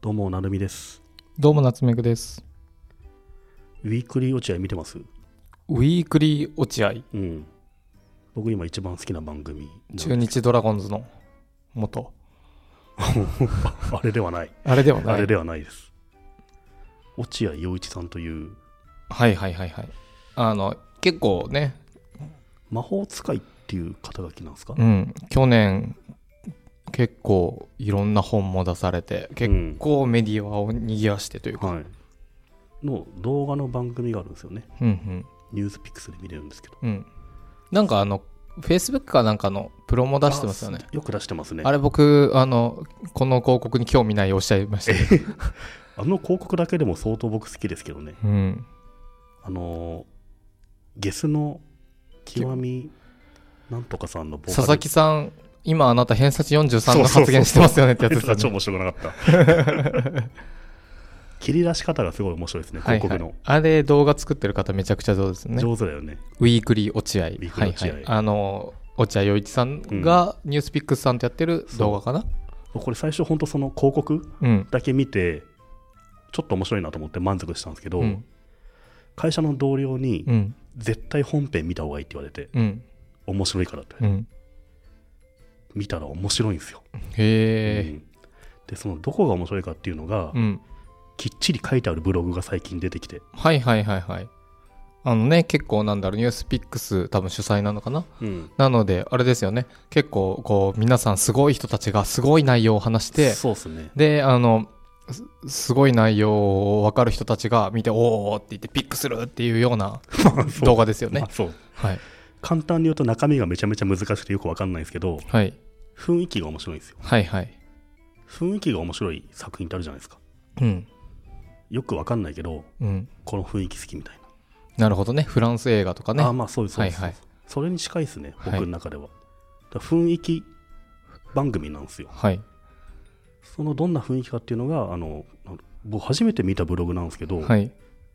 どうもなるみです。 どうも夏目くです。 ウィークリー落合見てます？ ウィークリー落合、 僕今一番好きな番組中日ドラゴンズの元あれではない。 あれではない。 あれではないです。落合陽一さんという、 はいはいはいはい。結構ね、 魔法使いっていう肩書きなんですか？ 去年結構いろんな本も出されて、結構メディアを賑わしてというか、 の動画の番組があるんですよね。ニュースピックスで見れるんですけど、 なんかFacebook かなんかのプロも出してますよね。 よく出してますね。 あれ僕この広告に興味ないおっしゃいましたけどあの広告だけでも相当僕好きですけどね。ゲスの極みなんとかさんのボーカル、 佐々木さん今あなた偏差値43の発言してますよねってやつですよね。 超面白くなかった切り出し方がすごい面白いですね、広告の。 あれ動画作ってる方めちゃくちゃ上手ですね。 上手だよね。 ウィークリー落合、落合陽一さんがニュースピックスさんとやってる動画かな。 これ最初本当その広告だけ見て、ちょっと面白いなと思って満足したんですけど、会社の同僚に、絶対本編見た方がいいって言われて、面白いからって、見たら面白いんですよ。 へー。 でそのどこが面白いかっていうのが、きっちり書いてあるブログが最近出てきて、 結構ニュースピックス多分主催なのかな、なのであれですよね、結構こう皆さんすごい人たちがすごい内容を話して、 そうですね。 ですごい内容を分かる人たちが見ておーって言ってピックするっていうような動画ですよね。 簡単に言うと中身がめちゃめちゃ難しくてよく分かんないんですけど、雰囲気が面白いんですよ。雰囲気が面白い作品ってあるじゃないですか。よく分かんないけど、この雰囲気好きみたいな。 なるほどね。フランス映画とかね。 そうです。それに近いですね、僕の中では。雰囲気番組なんですよ。そのどんな雰囲気かっていうのが僕初めて見たブログなんですけど、ウィ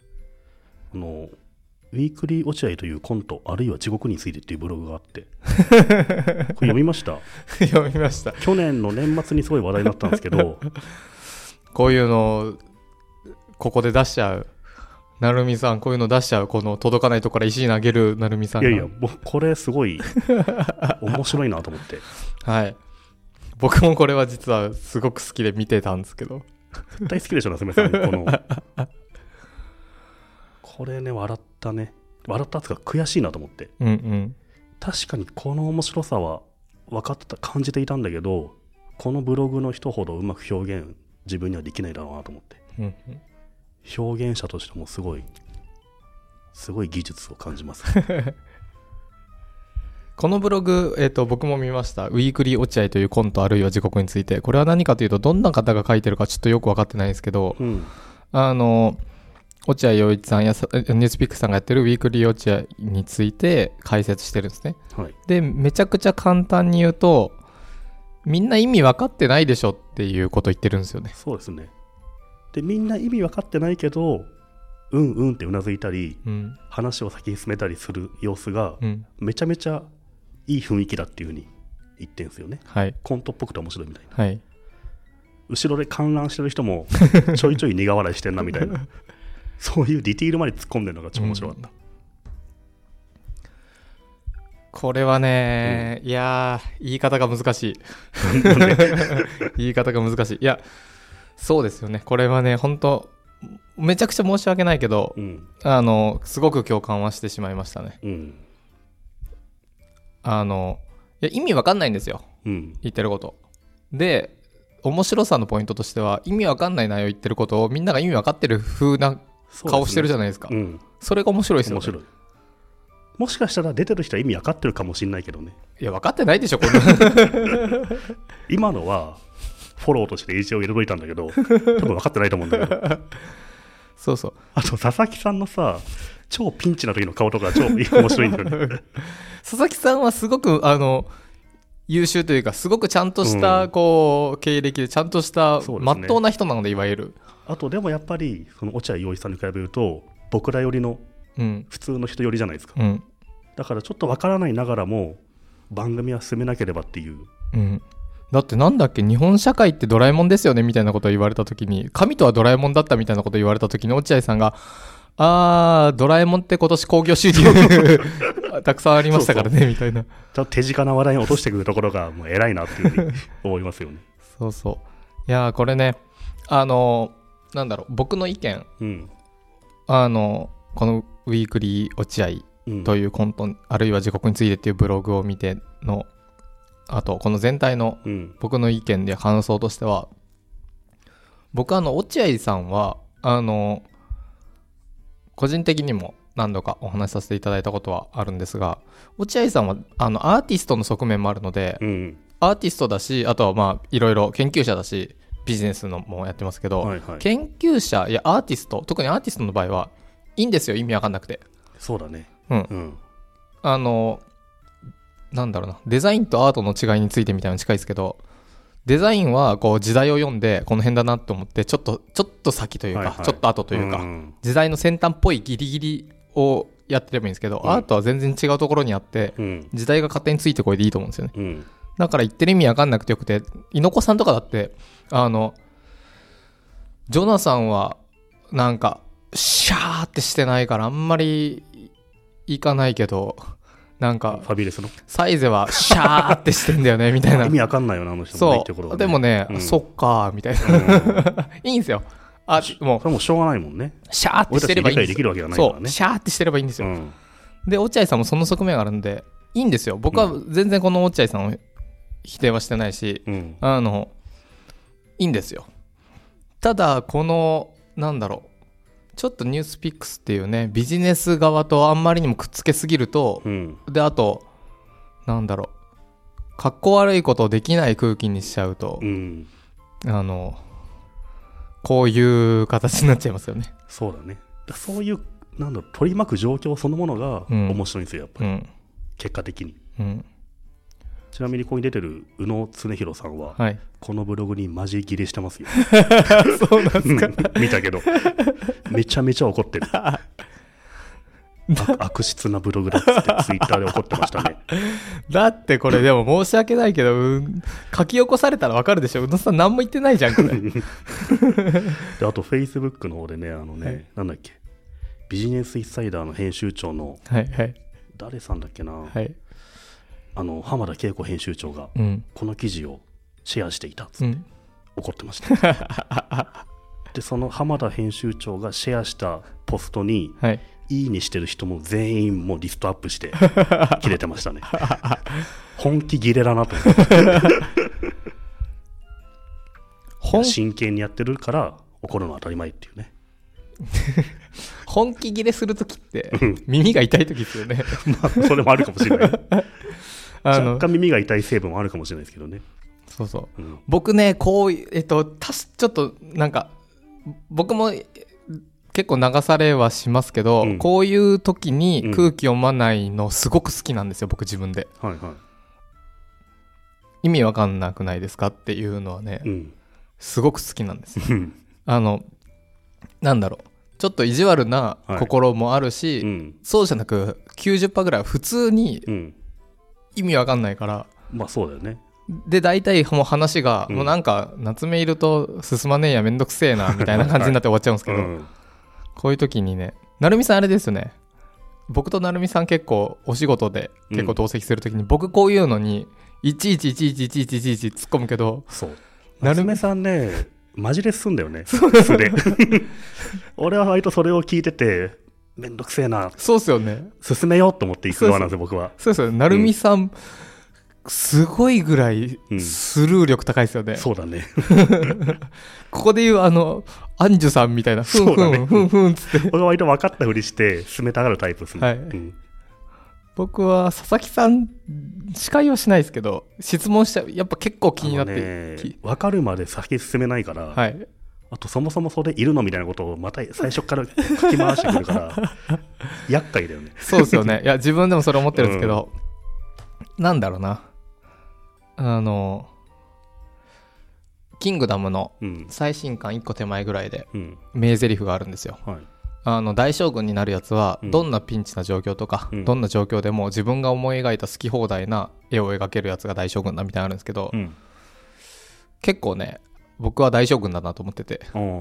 ークリー落合というコント、あるいは地獄についてっていうブログがあってこれ読みました？ 読みました。 去年の年末にすごい話題になったんですけどこういうのここで出しちゃうなるみさん、こういうの出しちゃう、この届かないところから石投げるなるみさんが、 僕これすごい面白いなと思って僕もこれは実はすごく好きで見てたんですけど絶対好きでしょ、夏目さん。これね、笑ったっていうか悔しいなと思って、確かにこの面白さは感じていたんだけど、このブログの人ほどうまく表現自分にはできないだろうなと思って、表現者としてもすごい技術を感じますこのブログ、僕も見ました。ウィークリー落合というコントあるいは時刻について。これは何かというと、どんな方が書いてるかちょっとよく分かってないんですけど、落合陽一さんやニュースピックさんがやってるウィークリー落合について解説してるんですね。で、めちゃくちゃ簡単に言うと、みんな意味分かってないでしょっていうことを言ってるんですよね。 そうですね。で、みんな意味分かってないけど、ってうなずいたり、話を先に進めたりする様子が、めちゃめちゃいい雰囲気だっていう風に言ってるんですよね。コントっぽくて面白いみたいな。後ろで観覧してる人もちょいちょい苦笑いしてんなみたいなそういうディティールまで突っ込んでるのが超面白かった。 これはね、いや言い方が難しい言い方が難しい。いや、そうですよね。これはね、本当めちゃくちゃ申し訳ないけど、すごく共感はしてしまいましたね。いや、意味わかんないんですよ、言ってることで。面白さのポイントとしては、意味わかんない内容言ってることをみんなが意味わかってる風な顔してるじゃないですか。それが面白いですよね。 もしかしたら出てる人は意味わかってるかもしれないけどね。 いや、分かってないでしょ、こんな今のはフォローとして一応入れといたんだけど、多分分かってないと思うんだけどそうそう。 あと佐々木さんのさ、超ピンチな時の顔とか超面白いんだよね佐々木さんはすごく優秀というか、すごくちゃんとした経歴でちゃんとしたまっとうな人なので、いわゆる。 あとでもやっぱりその落合陽一さんに比べると僕らよりの普通の人寄りじゃないですか、だからちょっとわからないながらも番組は進めなければっていう、 だってなんだっけ、日本社会ってドラえもんですよねみたいなことを言われた時に、神とはドラえもんだったみたいなことを言われた時に落合さんがドラえもんって今年興行収入たくさんありましたからねみたいな、 ちょっと手近な話題に落としてくるところがもう偉いなっていうふうに思いますよね。 そうそう、いやこれねなんだろう、僕の意見、このウィークリー落合というコント、あるいは時刻についてっていうブログを見ての、あとこの全体の僕の意見で感想としては、僕落合さんは個人的にも何度かお話しさせていただいたことはあるんですが、落合さんはアーティストの側面もあるので、アーティストだし、あとはまあいろいろ研究者だし、ビジネスのもやってますけど、研究者やアーティスト、特にアーティストの場合はいいんですよ、意味わかんなくて。 そうだね。 なんだろうな、デザインとアートの違いについてみたいなの近いですけど、デザインはこう時代を読んでこの辺だなと思ってちょっと先というか、ちょっと後というか、時代の先端っぽいギリギリをやってればいいんですけど、アートは全然違うところにあって、時代が勝手についてこいでいいと思うんですよね。だから言ってる意味わかんなくてよくて、猪子さんとかだってジョナサンはなんかシャーってしてないからあんまりいかないけど、なんかファビュレスのサイゼはシャーってしてんだよねみたいな意味わかんないよな、あの人も言ってることがね。 でもね、そっかーみたいな、いいんですよ。もうそれもしょうがないもんね。 シャーってしてればいいんですよ。 俺たち理解できるわけがないからね。 そう、シャーってしてればいいんですよ。で落合さんもその側面があるんでいいんですよ。僕は全然この落合さんを否定はしてないし、いいんですよ。ただこのなんだろう、ちょっとニュースピックスっていうね、ビジネス側とあんまりにもくっつけすぎると、であとなんだろう、かっこ悪いことをできない空気にしちゃうと、こういう形になっちゃいますよね。 そうだね。そういうなんだろう、取り巻く状況そのものが面白いんですよ、やっぱり、結果的に。ちなみにここに出てる宇野恒弘さんは、このブログにマジギレしてますよ。 そうなんですか。 見たけどめちゃめちゃ怒ってる。悪質なブログだっつってツイッターで怒ってましたね。 だってこれでも申し訳ないけど、書き起こされたらわかるでしょ。宇野さん何も言ってないじゃんこれ。であとフェイスブックの方でね、なんだっけ、ビジネスインサイダーの編集長の、誰さんだっけな、浜田恵子編集長がこの記事をシェアしていたっつって怒ってました。でその浜田編集長がシェアしたポストに、いいにしてる人も全員もうリストアップして切れてましたね。本気ギレだなと思って真剣にやってるから怒るのは当たり前っていうね。 本気ギレするときって耳が痛いときですよね。 まあそれもあるかもしれない。若干耳が痛い成分もあるかもしれないですけどね。 そうそう、僕ねこうちょっとなんか僕も結構流されはしますけど、こういう時に空気読まないのすごく好きなんですよ、僕自分で。意味わかんなくないですかっていうのはね、すごく好きなんですよ。なんだろう、ちょっと意地悪な心もあるし、そうじゃなく 90% ぐらいは普通に意味わかんないから、 まあそうだよね。 で大体もう話が、もうなんか夏目いると進まねえやめんどくせえなみたいな感じになって終わっちゃうんですけど、こういう時にね、成美さんあれですよね、僕と成美さん結構お仕事で結構同席する時に、僕こういうのにいちいち突っ込むけど、 そう成美さんねマジレスすんだよね。素で俺は割とそれを聞いててめんどくせえな、 そうっすよね、進めようと思って行く側なんですよ僕は。 そうですよね、成美さん、すごいぐらいスルー力高いですよね。 そうだね。 ここでいうアンジュさんみたいなふんふんつって、 僕は割と分かったふりして進めたがるタイプですね。 僕は佐々木さん司会はしないですけど質問しちゃう、やっぱ結構気になって、 分かるまで先進めないから、あとそもそもそれいるのみたいなことをまた最初から書き回してくるから厄介だよね。 そうですよね。いや自分でもそれ思ってるんですけど、なんだろうな、キングダムの最新刊1個手前ぐらいで名台詞があるんですよ。大将軍になるやつはどんなピンチな状況とか、どんな状況でも自分が思い描いた好き放題な絵を描けるやつが大将軍だみたいなのあるんですけど、 結構ね僕は大将軍だなと思ってて、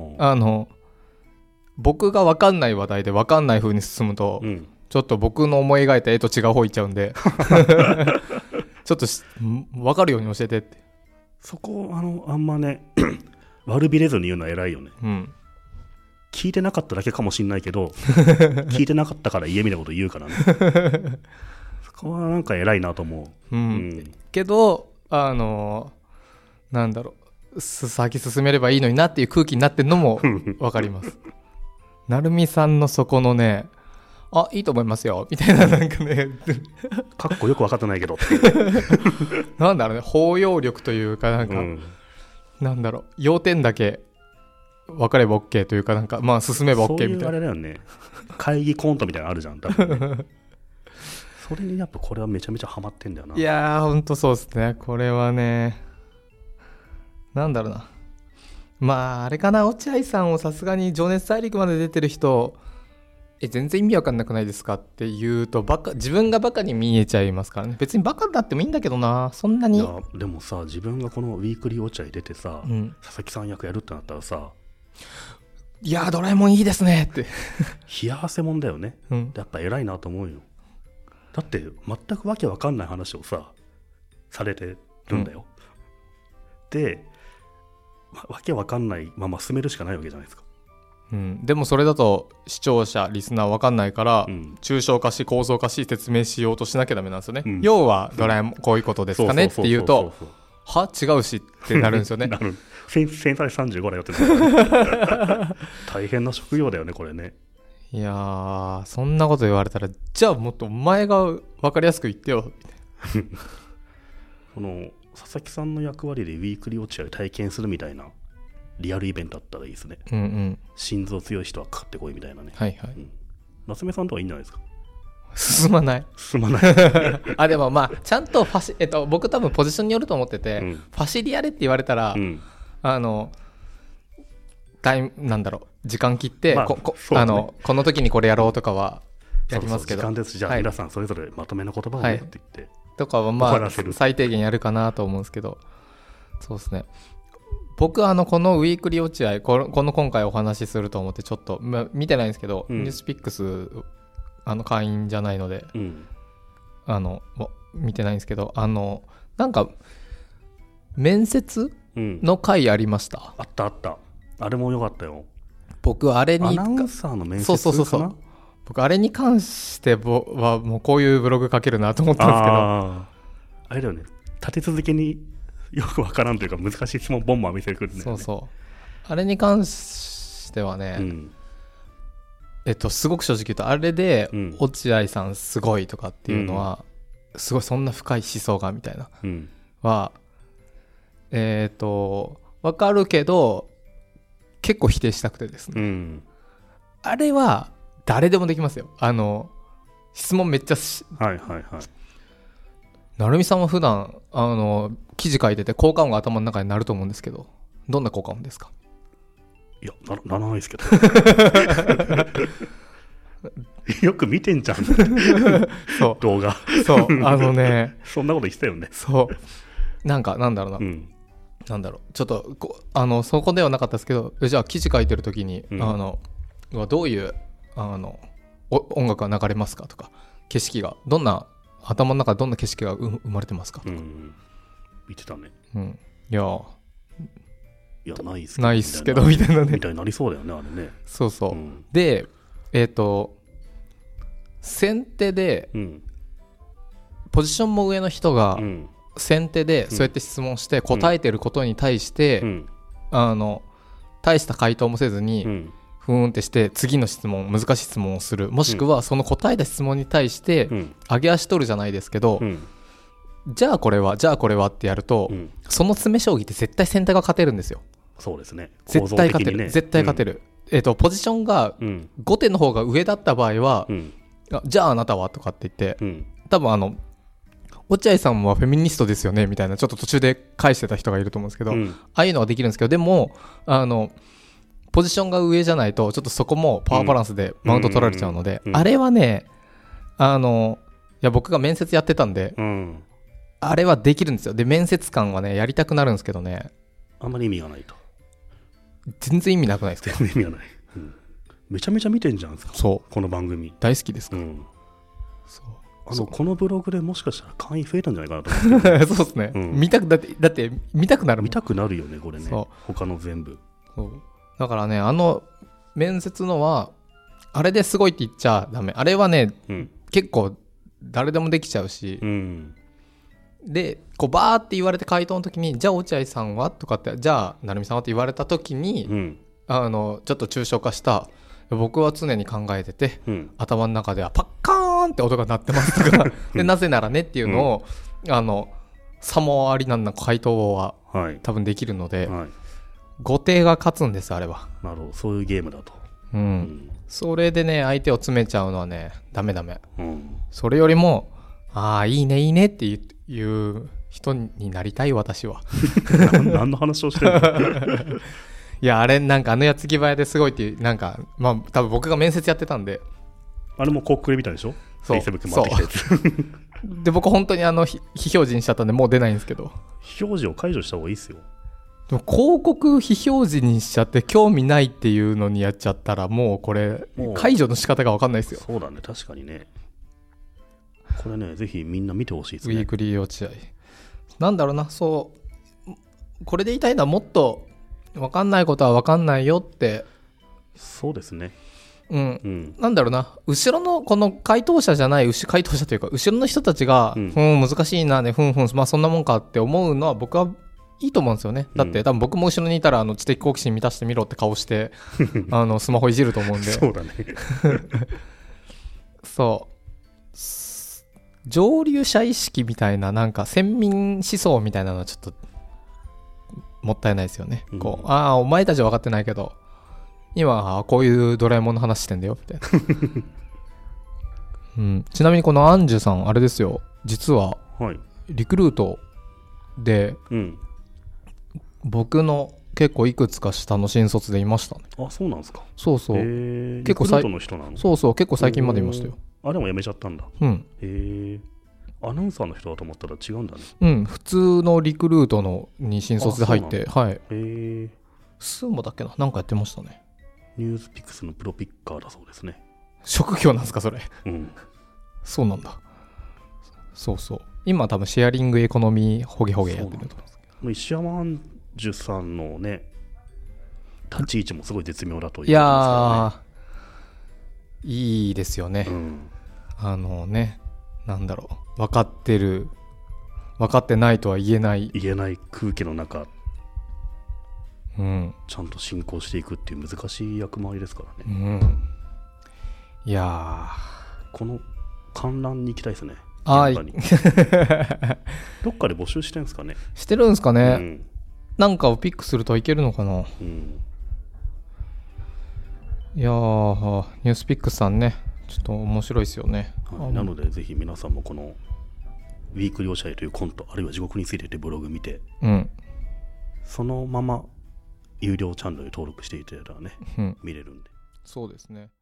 僕が分かんない話題で分かんない風に進むと、ちょっと僕の思い描いた絵と違う方行っちゃうんでちょっと分かるように教えてって。 そこあんまね悪びれずに言うのは偉いよね。聞いてなかっただけかもしんないけど聞いてなかったから家みたいなこと言うからねそこはなんか偉いなと思う。 けどなんだろう、先進めればいいのになっていう空気になってるのも分かりますなるみさんのそこのね、あ、いいと思いますよみたいな、なんかねかっこよく分かってないけどなんだろうね、包容力というかなんか、なんだろう、要点だけ分かれば OK というか、なんかまあ進めば OK みたいな、 そういうあれだよね、会議コントみたいなのあるじゃん多分、ね、それにやっぱこれはめちゃめちゃハマってんだよな。 いやーほんとそうですね。これはね、なんだろうな、まああれかな、落合さんをさすがに情熱大陸まで出てる人全然意味わかんなくないですかって言うと自分がバカに見えちゃいますからね。別にバカになってもいいんだけどな、そんなに。いやでもさ、自分がこのウィークリー落合出てさ、佐々木さん役やるってなったらさ、 いやドラえもんいいですねって冷や汗もんだよね、やっぱ偉いなと思うよ。だって全くわけわかんない話をさされてるんだよ、でわけわかんないまま進めるしかないわけじゃないですか。 でもそれだと視聴者リスナー分かんないから、抽象化し構造化し説明しようとしなきゃダメなんですよね、要はドラえもんこういうことですかねって言うと、は違うしってなるんですよね繊細35だよって大変な職業だよねこれね。 いやーそんなこと言われたら、じゃあもっとお前が分かりやすく言ってよみたいなこの佐々木さんの役割でウィークリー落合を体験するみたいなリアルイベントだったらいいですね、心臓強い人はかかってこいみたいなね。夏目さんとはいいんじゃないですか。 進まないあ、でもまあちゃんと僕多分ポジションによると思ってて、ファシリやれって言われたら、なんだろう、時間切って、この時にこれやろうとかはやりますけど、 時間です。じゃあ皆さんそれぞれまとめの言葉をねって言って、 とかはまあ最低限やるかなと思うんですけど、そうですね。僕このウィークリー落合今回お話しすると思ってちょっと、見てないんですけど、ニュースピックス会員じゃないので、見てないんですけど、なんか面接の回ありました、 あったあれも良かったよ。 僕あれにアナウンサーの面接かな。 そう僕あれに関してはもうこういうブログ書けるなと思ったんですけど、あれだよね、立て続けによくわからんというか難しい質問ボンバー見せてくるんだよね。 あれに関してはね、すごく正直言うとあれで、落合さんすごいとかっていうのは、すごいそんな深い思想がみたいな、はわかるけど結構否定したくてですね、あれは誰でもできますよ。質問めっちゃなるみさんは普段記事書いてて効果音が頭の中になると思うんですけど、どんな効果音ですか？ いや、ならないですけどよく見てんじゃんそう動画そうそんなこと言ってたよね。 そうなんだろうな、なんだろう、ちょっとそこではなかったですけど、じゃあ記事書いてる時に、どういう音楽が流れますかとか、景色が頭の中でどんな景色が生まれてますかとか、 見てたね。 いやないっすけどみたいなね、 みたいになりそうだよねあれね。 で先手で、ポジションも上の人が、先手でそうやって質問して答えてることに対して、大した回答もせずに、ふーんってして次の質問、難しい質問をする、もしくはその答えた質問に対して、上げ足取るじゃないですけど、じゃあこれはってやると、その詰将棋って絶対先手が勝てるんですよ。 そうですね、 絶対勝てる、絶対勝てる、ポジションが後手の方が上だった場合は、じゃああなたはとかって言って、多分落合さんはフェミニストですよねみたいな、ちょっと途中で返してた人がいると思うんですけど、ああいうのができるんですけど、でもポジションが上じゃないとちょっとそこもパワーバランスでマウント取られちゃうので、あれはね、いや僕が面接やってたんで、あれはできるんですよ。で面接官はねやりたくなるんですけどね、 あんまり意味がないと。 全然意味なくないですか？ 全然意味がない、うん、めちゃめちゃ見てんじゃんすか。 そうこの番組大好きですか、 そうこのブログでもしかしたら会員増えたんじゃないかなと思ってそうですね、だって見たくなるもん。 見たくなるよねこれね。他の全部そうだからね、面接のはあれですごいって言っちゃダメ。あれはね、結構誰でもできちゃうし、でこうバーって言われて回答の時に、じゃあ落合さんはとかって、じゃあ成美さんはって言われた時に、ちょっと抽象化した僕は常に考えてて、頭の中ではパッカーンって音が鳴ってますとかでなぜならねっていうのを、さもありなんな回答は多分できるので、後手が勝つんです、あれは。 なるほど、そういうゲームだと。 それでね相手を詰めちゃうのはねダメ、それよりもいいねいいねっていう人になりたい私は何の話をしてるのいやあれなんか矢継ぎ早ですごいっていうなんか多分僕が面接やってたんで、 あれも広告で見たでしょ。そう回ってきたやつで僕本当に非表示にしちゃったんでもう出ないんですけど、 非表示を解除した方がいいですよ。 でも広告非表示にしちゃって興味ないっていうのにやっちゃったらもうこれ解除の仕方が分かんないですよ。 そうだね、確かにね。これねぜひみんな見てほしいですね。 ウィークリー落合なんだろうな、そうこれで言いたいのはもっと分かんないことは分かんないよって。 そうですね、 なんだろうな、後ろのこの回答者じゃない回答者というか後ろの人たちが、難しいなねそんなもんかって思うのは僕はいいと思うんですよね。だって多分僕も後ろにいたら知的好奇心満たしてみろって顔してスマホいじると思うんでそうだねそう上流者意識みたいな、なんか先民思想みたいなのはちょっともったいないですよね、こうお前たちは分かってないけど今こういうドラえもんの話してんだよみたいな、ちなみにこのアンジュさんあれですよ、実はリクルートで、僕の結構いくつか下の新卒でいましたね。 あ、そうなんですか。 そうそう、 結構リクルートの人なの。 そう結構最近までいましたよ。 あ、でも辞めちゃったんだ。アナウンサーの人だと思ったら違うんだね。普通のリクルートに新卒で入って、スーモだっけな、なんかやってましたね。 ニュースピックスのプロピッカーだそうですね。 職業なんですかそれ。そうなんだ。そう今多分シェアリングエコノミーホゲホゲやってると思うんですけど、 石山アンジュさんのね立ち位置もすごい絶妙だという、 いやーいいですよね、なんだろう、分かってないとは言えない空気の中、ちゃんと進行していくっていう難しい役回りですからね。 いやこの観覧に行きたいですね。どっかで募集してるんですかね。 してるんですかね、なんかをピックするといけるのかな。いやーニュースピックスさんねちょっと面白いですよね。 なのでぜひ皆さんもこのウィークリー落合というコント、あるいは地獄についてというブログ見て、そのまま有料チャンネルに登録していただいたらね、見れるんで。 そうですね。